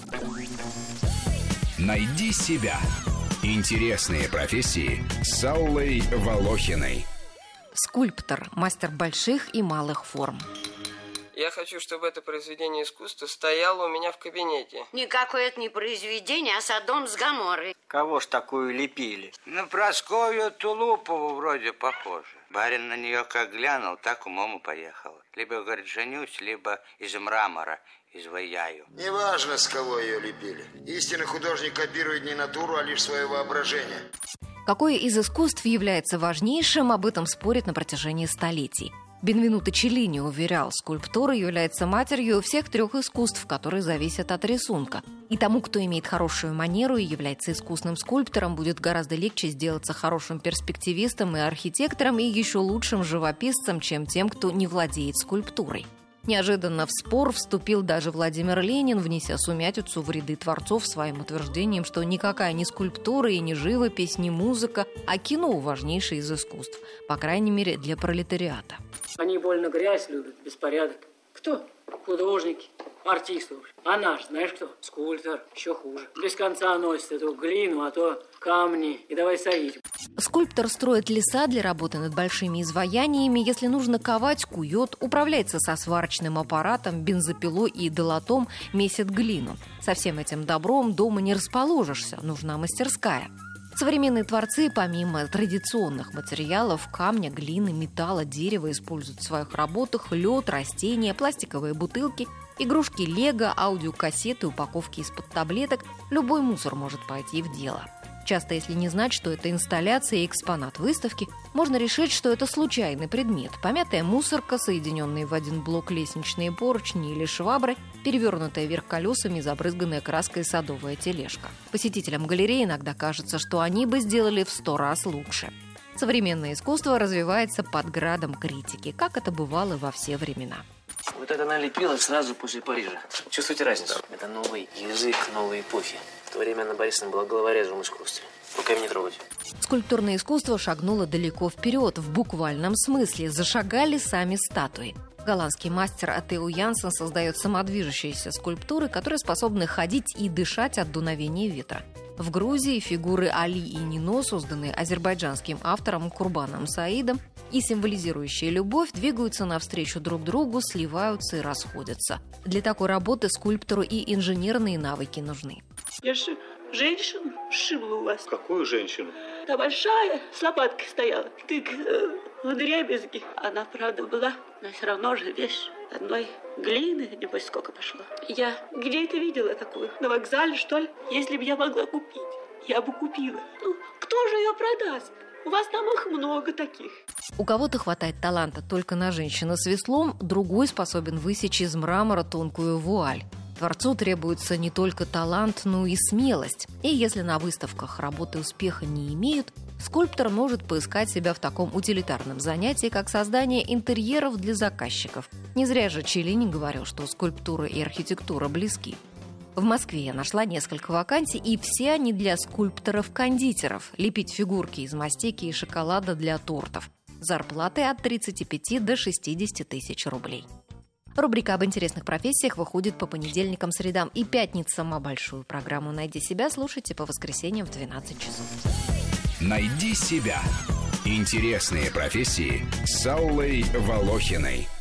Найди себя. Интересные профессии с Аллой Волохиной. Скульптор, мастер больших и малых форм. Я хочу, чтобы это произведение искусства стояло у меня в кабинете. Никакое это не произведение, а Содом с Гоморрой. Кого ж такую лепили? На Прасковью Тулупову вроде похоже. Барин на нее как глянул, так умом и поехал. Либо, говорит, женюсь, либо из мрамора изваяю. Неважно, с кого ее лепили. Истинный художник копирует не натуру, а лишь свое воображение. Какое из искусств является важнейшим, об этом спорят на протяжении столетий. Бенвенуто Челлини уверял, скульптура является матерью всех трех искусств, которые зависят от рисунка. И тому, кто имеет хорошую манеру и является искусным скульптором, будет гораздо легче сделаться хорошим перспективистом и архитектором, и еще лучшим живописцем, чем тем, кто не владеет скульптурой. Неожиданно в спор вступил даже Владимир Ленин, внеся сумятицу в ряды творцов своим утверждением, что никакая не скульптура и не живопись, не музыка, а кино важнейшее из искусств, по крайней мере для пролетариата. Они больно грязь любят, беспорядок. Кто? Художники, артисты. А наш, знаешь кто? Скульптор, еще хуже. Без конца носит эту глину, а то камни, и давай сорить. Скульптор строит леса для работы над большими изваяниями. Если нужно ковать, кует, управляется со сварочным аппаратом, бензопилой и долотом, месит глину. Со всем этим добром дома не расположишься, нужна мастерская. Современные творцы, помимо традиционных материалов, камня, глины, металла, дерева, используют в своих работах лед, растения, пластиковые бутылки, игрушки лего, аудиокассеты, упаковки из-под таблеток. Любой мусор может пойти в дело. Часто, если не знать, что это инсталляция и экспонат выставки, можно решить, что это случайный предмет. Помятая мусорка, соединенные в один блок лестничные поручни или швабры, перевернутая вверх колесами, забрызганная краской садовая тележка. Посетителям галереи иногда кажется, что они бы сделали в 100 раз лучше. Современное искусство развивается под градом критики, как это бывало во все времена. Вот это налепила сразу после Парижа. Чувствуете разницу? Это новый язык новой эпохи. В то время Анна Борисовна была головорезом в искусстве. Руками не трогать. Скульптурное искусство шагнуло далеко вперед, в буквальном смысле. Зашагали сами статуи. Голландский мастер Тео Янсен создает самодвижущиеся скульптуры, которые способны ходить и дышать от дуновения ветра. В Грузии фигуры Али и Нино, созданные азербайджанским автором Курбаном Саидом и символизирующие любовь, двигаются навстречу друг другу, сливаются и расходятся. Для такой работы скульптору и инженерные навыки нужны. Я же женщину сшибла у вас. Какую женщину? Та большая, с лопаткой стояла. Тык в дребезги. Она, правда, была, но все равно же вещь. Одной глины, небось, сколько пошло. Я где это видела такую? На вокзале, что ли? Если бы я могла купить, я бы купила. Ну, кто же ее продаст? У вас там их много таких. У кого-то хватает таланта только на женщину с веслом, другой способен высечь из мрамора тонкую вуаль. Творцу требуется не только талант, но и смелость. И если на выставках работы успеха не имеют, скульптор может поискать себя в таком утилитарном занятии, как создание интерьеров для заказчиков. Не зря же Челлини говорил, что скульптура и архитектура близки. В Москве я нашла несколько вакансий, и все они для скульпторов-кондитеров. Лепить фигурки из мастики и шоколада для тортов. Зарплаты от 35 до 60 тысяч рублей. Рубрика об интересных профессиях выходит по понедельникам, средам и пятницам. А большую программу «Найди себя» слушайте по воскресеньям в 12 часов. «Найди себя». Интересные профессии с Аллой Волохиной.